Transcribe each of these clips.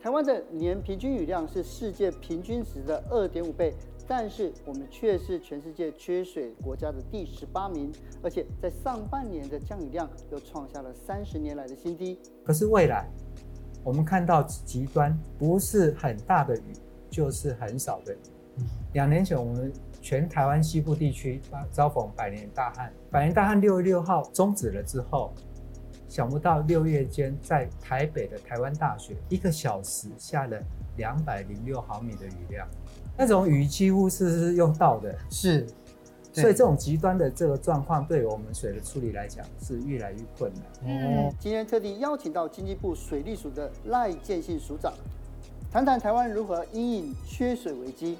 台湾的年平均雨量是世界平均值的2.5倍，但是我们却是全世界缺水国家的第18名，而且在上半年的降雨量又创下了30年来的新低。 可是未来我们看到极端，不是很大的雨，就是很少的雨。2年前我们全台湾西部地区遭逢百年大旱，百年大旱6月6号终止了之后，想不到6月间在台北的台湾大学1个小时下了206毫米的雨量，那种雨几乎是用倒的， 是， 所以这种极端的这个状况对我们水的处理来讲是越来越困难。 今天特地邀请到经济部水利署的赖建信署长，谈谈台湾如何因应缺水危机。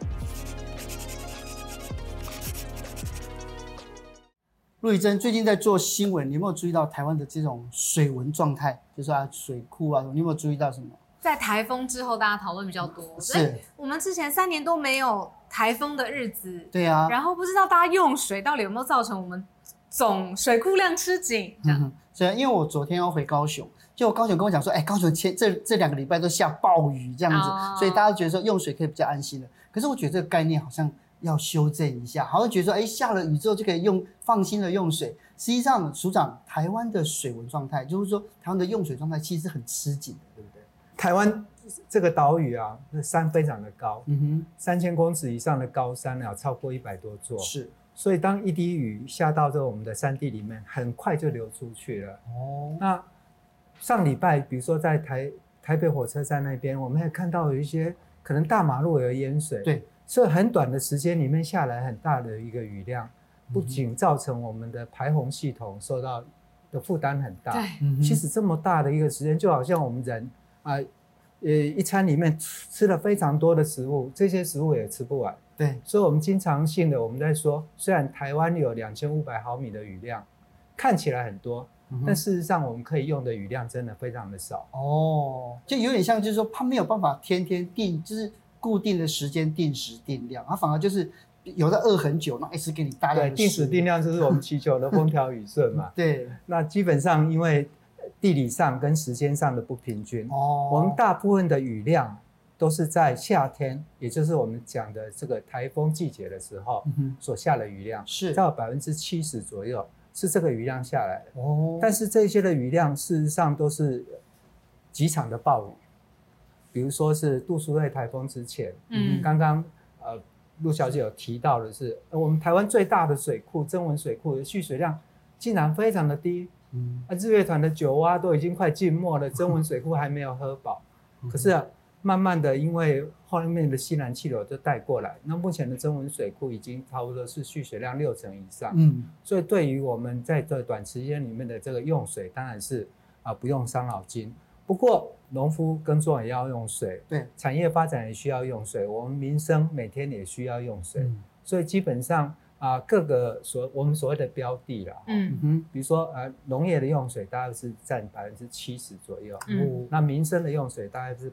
陆怡真最近在做新闻，你有没有注意到台湾的这种水文状态？就是水库啊，你有没有注意到什么？ 在台风之后，大家讨论比较多。 是， 我们之前3年都没有台风的日子。 对啊。 然后不知道大家用水到底有没有造成我们总水库量吃紧？这样。 是啊，因为我昨天要回高雄，结果高雄跟我讲说，高雄这2个礼拜都下暴雨这样子，所以大家觉得说用水可以比较安心了。可是我觉得这个概念好像要修正一下，好像觉得说，下了雨之后就可以放心的用水。实际上，署长，台湾的水文状态，就是说台湾的用水状态其实很吃紧的，对不对？ 台湾这个岛屿啊，山非常的高，3000公尺以上的高山啊，超过100多座。 是， 所以当一滴雨下到我们的山地里面，很快就流出去了。那上礼拜，比如说在台北火车站那边，我们也看到有一些可能大马路有淹水。 对。 所以很短的时间里面下来很大的一个雨量，不仅造成我们的排洪系统受到的负担很大。其实这么大的一个时间，就好像我们人一餐里面吃了非常多的食物，这些食物也吃不完。 对， 所以我们经常性的我们在说，虽然台湾有2500毫米的雨量，看起来很多，但事实上我们可以用的雨量真的非常的少。 就有点像就是说它没有办法天天定，就是固定的时间定时定量，它反而就是有的饿很久，那一直给你大量的。对， 定时定量就是我们祈求的风调雨顺嘛。 对， 那基本上因为地理上跟时间上的不平均，我们大部分的雨量都是在夏天，也就是我们讲的这个台风季节的时候所下的雨量， 是到70%左右是这个雨量下来的。但是这些的雨量事实上都是几场的暴雨。比如说是杜苏芮台风之前，刚刚陆小姐有提到的是，我们台湾最大的水库曾文水库的蓄水量竟然非常的低，日月潭的9蛙都已经快浸没了，曾文水库还没有喝饱。可是慢慢的，因为后面的西南气流就带过来，那目前的曾文水库已经差不多是蓄水量60%以上，所以对于我们在这短时间里面的这个用水，当然是不用伤脑筋。不过农夫耕作也要用水， 对， 产业发展也需要用水，我们民生每天也需要用水，所以基本上各个我们所谓的标的啦，比如说农业的用水大概是占70%左右，那民生的用水大概是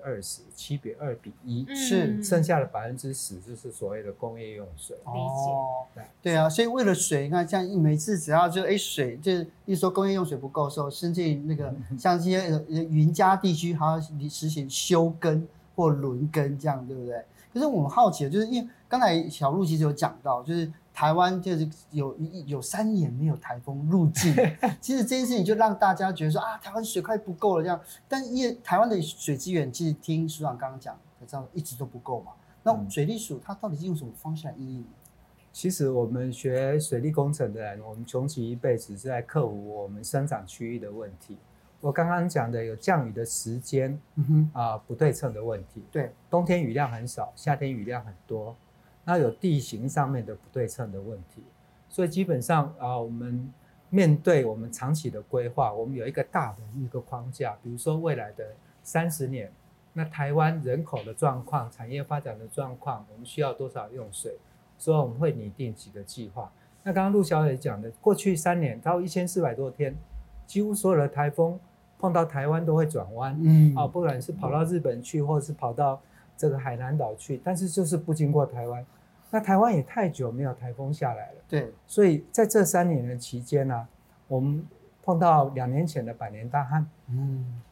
20%，7:2:1，是剩下的10%就是所谓的工业用水。 对啊，所以为了水，你看像每次只要就水，就是一说工业用水不够的时候，甚至那个像这些云嘉地区还要实行休耕或轮耕这样，对不对？可是我们好奇的就是，因为刚才小陆其实有讲到，就是台湾就是有3年没有台风入境，其实这件事情就让大家觉得说台湾水快不够了这样。但因为台湾的水资源，其实听署长刚刚讲，才知道一直都不够嘛。那水利署它到底是用什么方式来因应？ 其实我们学水利工程的人，我们穷其一辈子是在克服我们生长区域的问题。我刚刚讲的有降雨的时间不对称的问题， 对， 冬天雨量很少，夏天雨量很多，那有地形上面的不对称的问题，所以基本上我们面对我们长期的规划，我们有一个大的一个框架，比如说未来的30年，那台湾人口的状况、产业发展的状况，我们需要多少用水，所以我们会拟定几个计划。那刚刚陆小姐讲的，过去3年到1400多天，几乎所有的台风碰到台湾都会转弯，不管是跑到日本去，或是跑到这个海南岛去，但是就是不经过台湾。那台湾也太久没有台风下来了， 对， 所以在这3年的期间我们碰到2年前的百年大旱，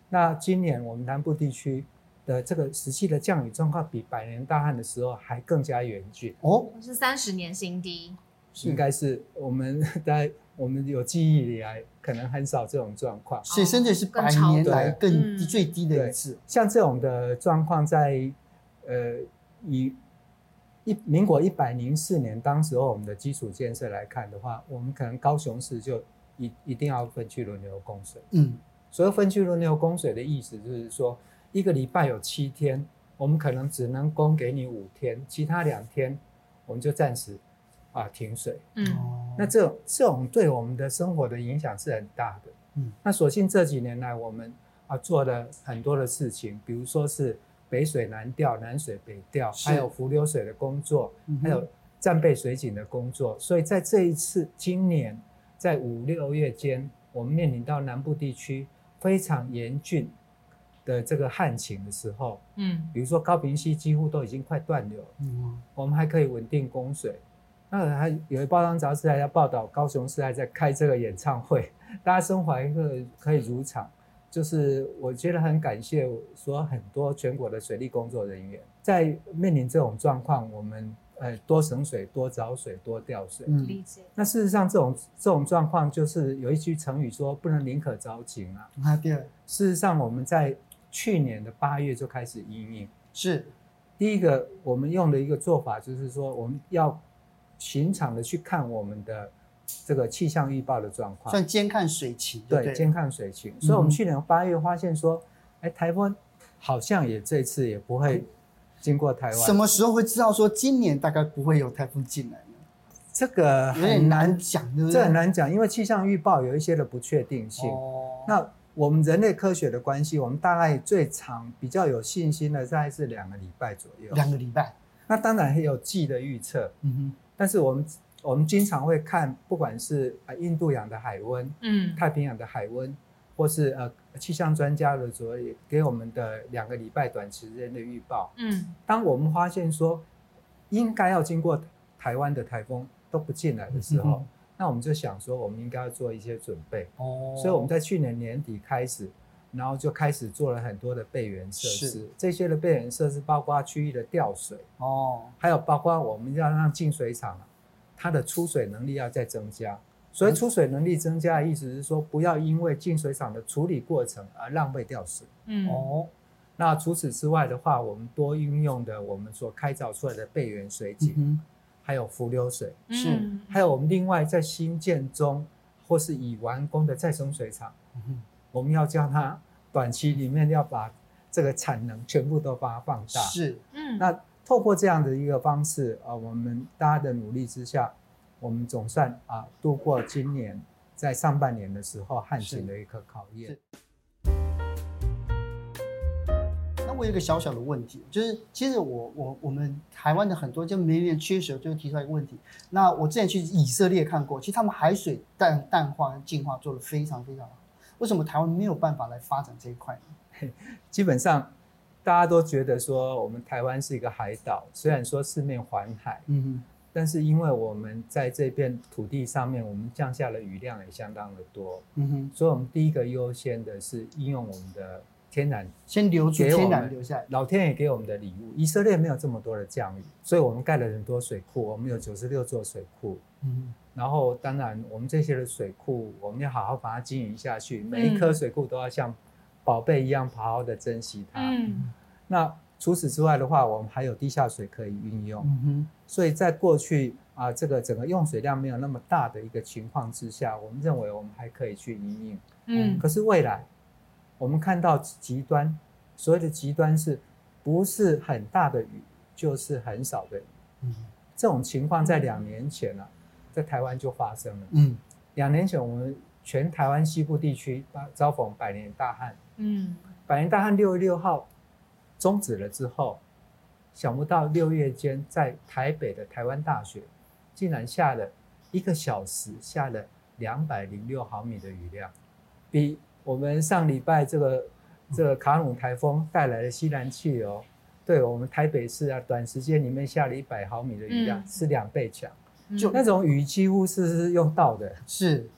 那今年我们南部地区的这个实际的降雨状况比百年大旱的时候还更加严峻是30年新低， 应该是我们有记忆以来可能很少这种状况， 所以甚至是100年来更最低的一次。 像这种的状况在以民国104年当时候我们的基础建设来看的话，我们可能高雄市就一定要分区轮流供水。所谓分区轮流供水的意思就是说，1个礼拜有7天，我们可能只能供给你5天，其他2天我们就暂时停水。那这种对我们的生活的影响是很大的。那所幸这几年来我们做了很多的事情，比如说是北水南调、南水北调，还有浮流水的工作，还有战备水井的工作。所以在这一次今年在5、6月间，我们面临到南部地区非常严峻的这个旱情的时候，比如说高屏溪几乎都已经快断流了，我们还可以稳定供水。那还有报章杂志还在报道高雄市还在开这个演唱会，大家生活还可以如常。就是我觉得很感谢说很多全国的水利工作人员在面临这种状况，我们多省水、多找水、多调水。 理解。 那事实上这种状况就是有一句成语说不能宁可凿井对。 事实上我们在去年的8月就开始因应。 是。 第一个我们用的一个做法就是说我们要巡场的去看我们的这个气象预报的状况， 算监看水情。 对，监看水情。所以我们去年8月发现说，台风好像这次也不会经过台湾。 什么时候会知道说今年大概不会有台风进来呢？ 这个有点难讲，对不对？ 这很难讲，因为气象预报有一些的不确定性。那我们人类科学的关系，我们大概最长比较有信心的大概是2个礼拜左右。 2个礼拜。 那当然还有季的预测。但是我们经常会看，不管是印度洋的海温，太平洋的海温，或是气象专家的所谓给我们的2个礼拜短时间的预报。当我们发现说应该要经过台湾的台风都不进来的时候，那我们就想说我们应该要做一些准备。所以我们在去年年底开始，然后就开始做了很多的备援设施。这些的备援设施包括区域的调水，还有包括我们要让净水厂它的出水能力要再增加。所以出水能力增加的意思是说，不要因为净水厂的处理过程而浪费掉水。那除此之外的话，我们多运用的我们所开凿出来的备援水井，还有浮流水，还有我们另外在新建中或是已完工的再生水厂，我们要叫它短期里面要把这个产能全部都把它放大。那透过这样的一个方式我们大家的努力之下，我们总算度过今年在上半年的时候旱情的一个考验。 那我有一个小小的问题，就是其实我们台湾的很多就每年缺水就提出来一个问题。那我之前去以色列看过，其实他们海水淡化净化做得非常非常好。为什么台湾没有办法来发展这一块呢？ 基本上大家都觉得说我们台湾是一个海岛，虽然说四面环海，但是因为我们在这片土地上面，我们降下的雨量也相当的多，所以我们第一个优先的是应用我们的天然， 先留住天然留下来， 老天爷给我们的礼物。以色列没有这么多的降雨，所以我们盖了很多水库，我们有96座水库，然后当然我们这些的水库，我们要好好把它经营下去，每一颗水库都要像宝贝一样好好的珍惜它。那除此之外的话，我们还有地下水可以运用，所以在过去这个整个用水量没有那么大的一个情况之下，我们认为我们还可以去因应。可是未来我们看到极端，所谓的极端是不是很大的雨就是很少的雨，这种情况在2年前在台湾就发生了。2年前我们全台湾西部地区遭逢百年大旱，百年大旱6月6号终止了之后，想不到6月间在台北的台湾大学竟然下了1个小时下了206毫米的雨量，比我们上礼拜这个卡努台风带来的西南气流对我们台北市短时间里面下了100毫米的雨量是2倍强，就那种雨几乎是用到的。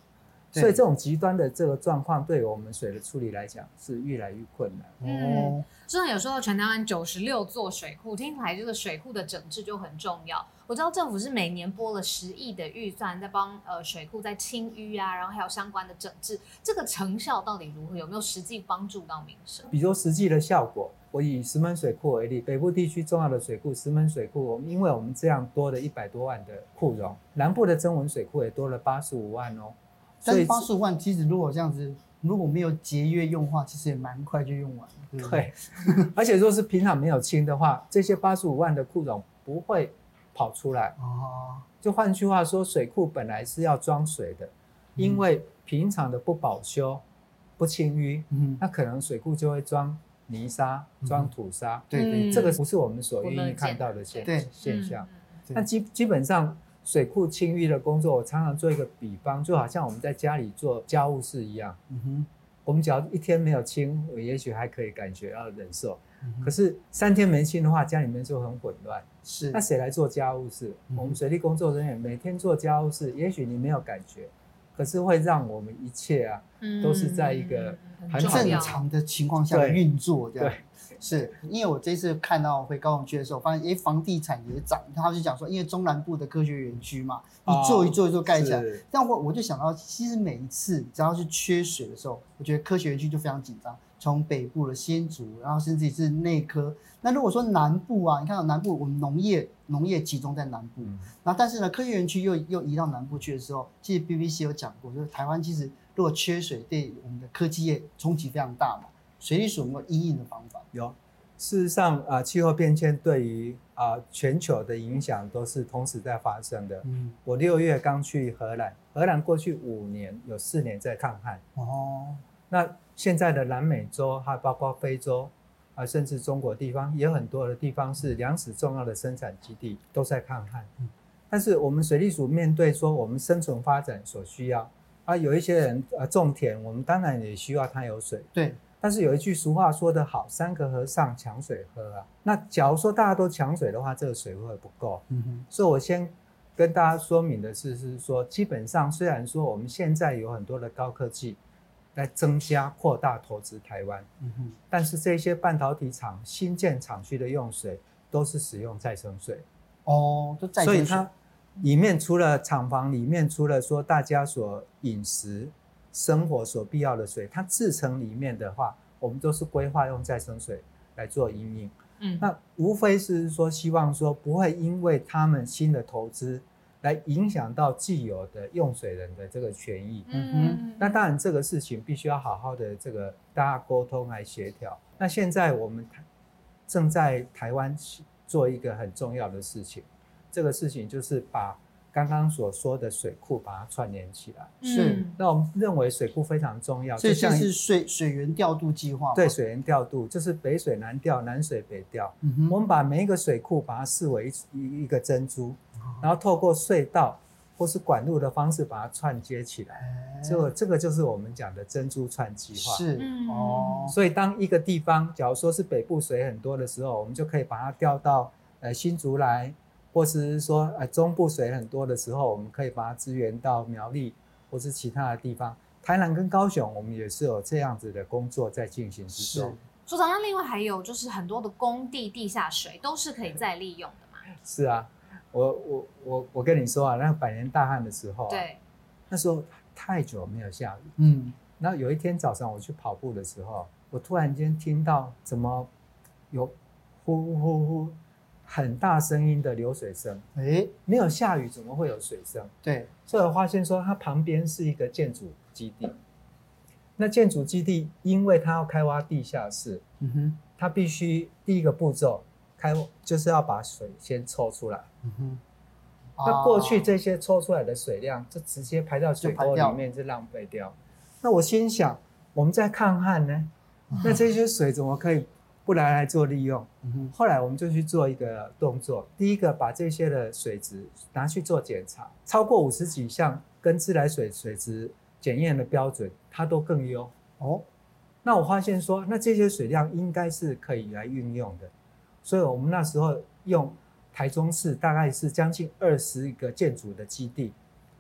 所以这种极端的这个状况，对我们水的处理来讲是越来越困难。 虽然有说到全台湾96座水库，听起来这个水库的整治就很重要。我知道政府是每年拨了10亿的预算，在帮水库在清淤啊，然后还有相关的整治，这个成效到底如何？有没有实际帮助到民生？ 比如实际的效果，我以石门水库为例，北部地区重要的水库石门水库，因为我们这样多了100多万的库容，南部的曾文水库也多了85万哦。 但是85万其实如果这样子，如果没有节约用的话，其实也蛮快就用完了，对不对？ 对，而且若是平常没有清的话，这些85万的库容不会跑出来。就换句话说，水库本来是要装水的，因为平常的不保修、不清淤，那可能水库就会装泥沙、装土沙。 对， 这个不是我们所愿意看到的现象。那基本上水库清淤的工作，我常常做一个比方，就好像我们在家里做家务事一样。我们只要一天没有清，我也许还可以感觉到忍受。可是3天没清的话，家里面就很混乱。那谁来做家务事？我们水利工作人员每天做家务事，也许你没有感觉，可是会让我们一切啊，都是在一个很正常的情况下运作，这样。 对， 是因为我这次看到回高雄区的时候，发现房地产也涨，他就讲说，因为中南部的科学园区嘛，一座盖起来。但我就想到，其实每一次只要是缺水的时候，我觉得科学园区就非常紧张。从北部的新竹，然后甚至是内科。那如果说南部啊，你看到南部，我们农业集中在南部，然后但是呢，科学园区又移到南部去的时候，其实 BBC 有讲过，就是台湾其实如果缺水，对我们的科技业冲击非常大嘛。水利署有没有因应的方法？ 有，事实上气候变迁对于全球的影响都是同时在发生的。我6月刚去荷兰过去5年有4年在抗旱。那现在的南美洲还包括非洲甚至中国地方，也有很多的地方是粮食重要的生产基地，都在抗旱。但是我们水利署面对说我们生存发展所需要有一些人种田，我们当然也需要它有水。 对。 但是有一句俗话说得好，3个和尚抢水喝啊。那假如说大家都抢水的话，这个水会不够。所以我先跟大家说明的是说，基本上虽然说我们现在有很多的高科技来增加扩大投资台湾，但是这些半导体厂新建厂区的用水都是使用再生水。 都再生水。所以它里面除了厂房里面除了说大家所饮食生活所必要的水，它制成里面的话，我们都是规划用再生水来做营运。那无非是说希望说不会因为他们新的投资来影响到既有的用水人的这个权益。那当然这个事情必须要好好的这个大家沟通来协调。那现在我们正在台湾做一个很重要的事情，这个事情就是把刚刚所说的水库把它串联起来。 是。 那我们认为水库非常重要， 所以这是水源调度计划吗？ 对，水源调度就是北水南调，南水北调。我们把每一个水库把它视为一个珍珠，然后透过隧道或是管路的方式把它串接起来。这个就是我们讲的珍珠串计划。 是。 所以当一个地方假如说是北部水很多的时候，我们就可以把它调到新竹来，或是说中部水很多的时候，我们可以把它支援到苗栗或是其他的地方。台南跟高雄我们也是有这样子的工作在进行之中。 所长，那另外还有就是很多的工地地下水都是可以再利用的嘛？ 是啊，我跟你说啊，那百年大旱的时候对， 那时候太久没有下雨。然后有一天早上我去跑步的时候，我突然间听到怎么有呼呼呼很大声音的流水声。没有下雨怎么会有水声？ 对， 所以我发现说它旁边是一个建筑基地。那建筑基地因为它要开挖地下室，它必须第一个步骤就是要把水先抽出来。那过去这些抽出来的水量就直接排到水沟里面，就浪费掉。那我心想，我们在抗旱呢，那这些水怎么可以不来做利用？后来我们就去做一个动作，第一个把这些的水质拿去做检查，超过50几项跟自来水水质检验的标准，它都更优。那我发现说，那这些水量应该是可以来运用的，所以我们那时候用台中市大概是将近20个建筑的基地，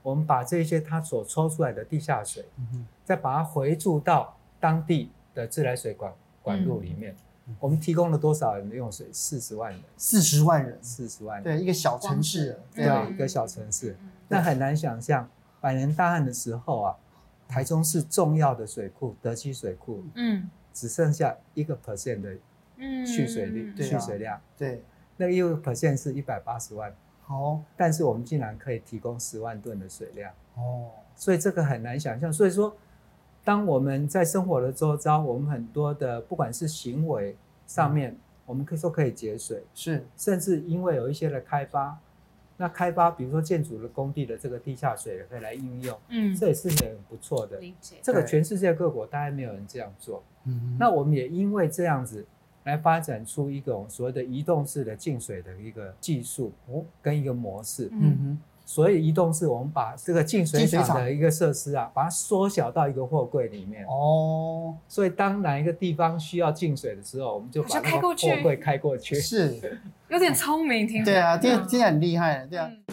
我们把这些它所抽出来的地下水，再把它回注到当地的自来水管路里面。我们提供了多少人的用水？40万人。 40万人 ，40万人。 对，一个小城市， 对，一个小城市。那很难想象，百年大旱的时候啊，台中市重要的水库德基水库，只剩下1% 的蓄水量。对，那个1% 是180万。但是我们竟然可以提供10万吨的水量。所以这个很难想象。所以说，当我们在生活的周遭，我们很多的不管是行为上面，我们可以说可以节水， 是， 甚至因为有一些的开发，那开发比如说建筑的工地的这个地下水可以来应用，这也是很不错的。 理解。 这个全世界各国大概没有人这样做。那我们也因为这样子来发展出一种所谓的移动式的净水的一个技术跟一个模式。所以移动式，我们把这个净水厂的一个设施啊，把它缩小到一个货柜里面。所以当哪一个地方需要净水的时候，我们就把那个货柜开过去。 是， 有点聪明，听对啊，听起来很厉害，对啊。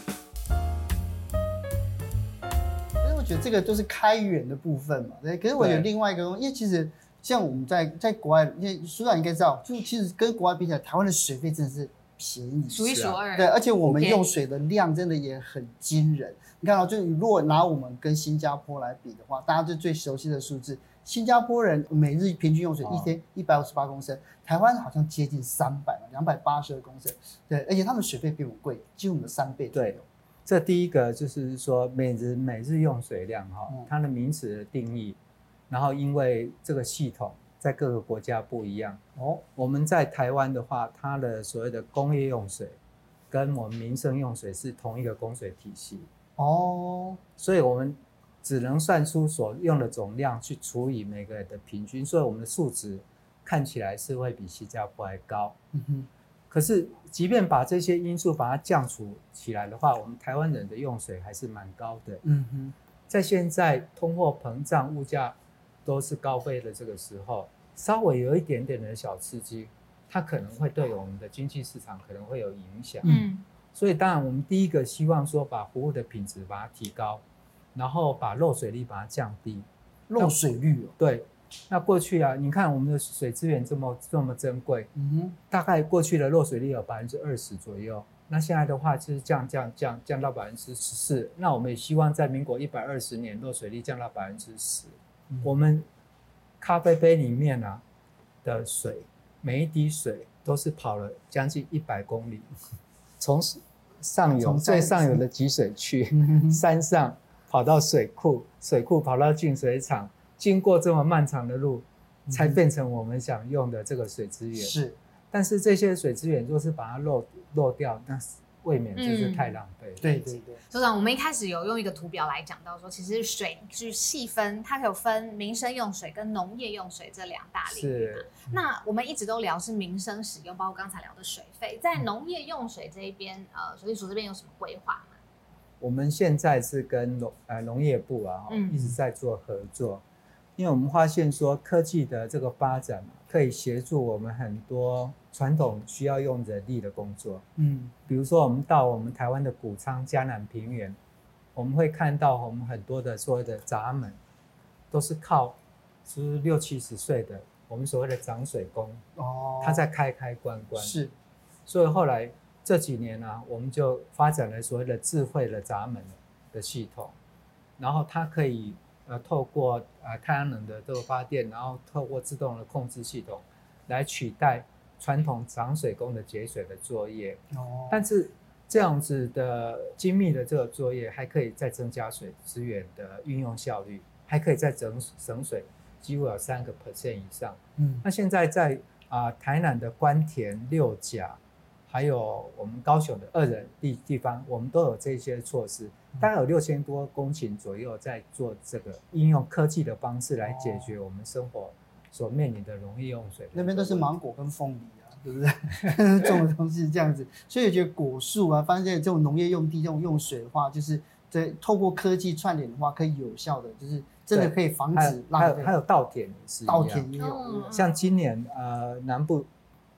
所以我觉得这个都是开源的部分嘛，对。可是我有另外一个东西，因为其实像我们在国外，因为苏长应该知道，就其实跟国外比起来，台湾的水费真的是便宜， 数一数二。 对，而且我们用水的量真的也很惊人。你看到，就如果拿我们跟新加坡来比的话，大家就最熟悉的数字，新加坡人每日平均用水一天158公升，台湾好像接近300，282公升。对，而且他们水费比我们贵，几乎我们的3倍左右。 对，这第一个就是说每日用水量它的名词的定义，然后因为这个系统在各个国家不一样。我们在台湾的话，它的所谓的工业用水跟我们民生用水是同一个供水体系。所以我们只能算出所用的总量去除以每个人的平均，所以我们的数值看起来是会比新加坡还高。可是即便把这些因素把它降除起来的话，我们台湾人的用水还是蛮高的。在现在通货膨胀、物价都是高飞的这个时候，稍微有一点点的小刺激，它可能会对我们的经济市场可能会有影响。所以当然我们第一个希望说把服务的品质把它提高，然后把漏水率把它降低。 漏水率对。那过去啊，你看我们的水资源这么珍贵，大概过去的漏水率有20%左右。那现在的话就是降到14%。那我们也希望在民国120年漏水率降到10%。我们咖啡杯里面啊的水，每一滴水都是跑了将近100公里，从最上游的集水区，山上跑到水库跑到净水厂，经过这么漫长的路，才变成我们想用的这个水资源。是，但是这些水资源若是把它漏掉，那未免就是太浪费。 对。 所长，我们一开始有用一个图表来讲到说，其实水是细分，它有分民生用水跟农业用水这2大领域嘛。那我们一直都聊是民生使用，包括刚才聊的水费，在农业用水这一边，水利署这边有什么规划吗？ 我们现在是跟农业部一直在做合作。因为我们发现说科技的这个发展可以协助我们很多传统需要用人力的工作。比如说我们到我们台湾的谷仓、嘉南平原，我们会看到我们很多的所谓的闸门都是靠就是60-70岁的我们所谓的长水工，他在开关。是，所以后来这几年我们就发展了所谓的智慧的闸门的系统，然后它可以透过太阳能的这个发电，然后透过自动的控制系统来取代传统长水工的节水的作业。但是这样子的精密的这个作业还可以再增加水资源的运用效率，还可以再省水，几乎有3%以上。那现在在台南的关田、六甲，还有我们高雄的2人地方，我们都有这些措施，大概有6000多公顷左右在做这个应用科技的方式来解决我们生活所面临的农业用水。 那边都是芒果跟凤梨对不对？种的东西是这样子，所以我觉得果树发现这种农业用地这种用水的话，就是透过科技串联的话，可以有效的，就是真的可以防止浪费。 还有稻田也是一样， 稻田也有。 像今年南部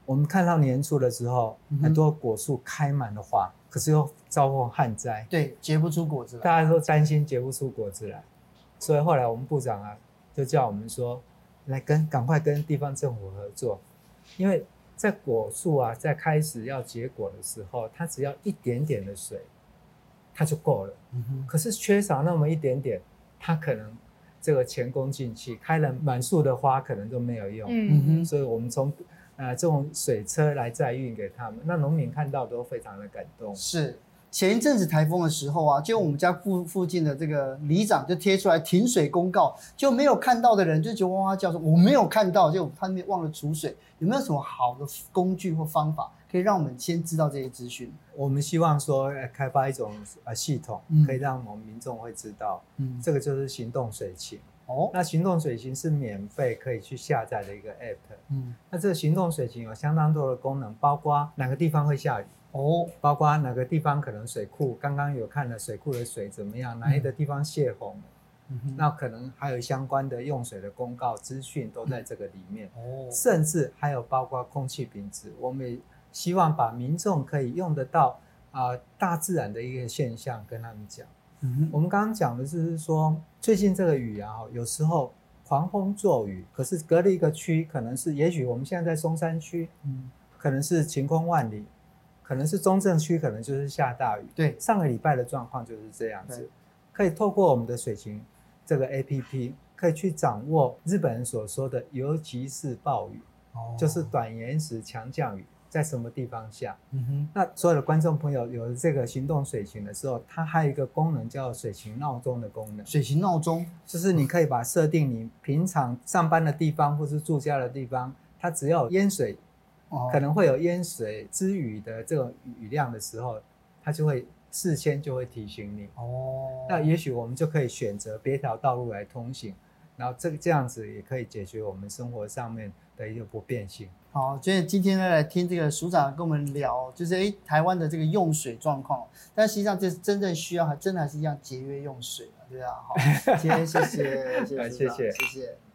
我们看到年初的时候，很多果树开满了花，可是又遭逢旱灾， 对，结不出果子来， 大家都担心结不出果子来，所以后来我们部长啊就叫我们说，赶快跟地方政府合作，因为在果树啊在开始要结果的时候，它只要一点点的水，它就够了。可是缺少那么一点点，它可能这个前功尽弃，开了满树的花可能都没有用。所以我们从这种水车来载运给他们，那农民看到都非常的感动。 是。前一阵子台风的时候啊，就我们家附近的这个里长就贴出来停水公告，就没有看到的人就哇哇叫说我没有看到，就他们忘了储水。有没有什么好的工具或方法可以让我们先知道这些资讯？ 我们希望说开发一种系统，可以让我们民众会知道，这个就是行动水情。那行动水情是免费可以去下载的一个 app。那这个行动水情有相当多的功能，包括哪个地方会下雨，包括哪个地方可能水库，刚刚有看了水库的水怎么样，哪一个地方泄洪了，那可能还有相关的用水的公告资讯都在这个里面。甚至还有包括空气品质，我们也希望把民众可以用得到大自然的一个现象跟他们讲。我们刚刚讲的就是说，最近这个雨啊，有时候狂风骤雨，可是隔了一个区，可能是也许我们现在在松山区，可能是晴空万里，可能是中正区，可能就是下大雨。 对， 上个礼拜的状况就是这样子。可以透过我们的水情这个 APP， 可以去掌握日本人所说的尤其是暴雨，就是短延时强降雨在什么地方下。那所有的观众朋友有了这个行动水情的时候，它还有一个功能叫水情闹钟的功能。 水情闹钟就是你可以把设定你平常上班的地方或是住家的地方，它只要有淹水，可能会有淹水之雨的这种雨量的时候，它就会事先就会提醒你。那也许我们就可以选择别条道路来通行，然后这样子也可以解决我们生活上面的一个不便性。 好，所以今天呢来听这个署长跟我们聊，就是台湾的这个用水状况，但实际上这真正需要真的还是一样节约用水，对啊。好，今天谢谢署长，谢谢。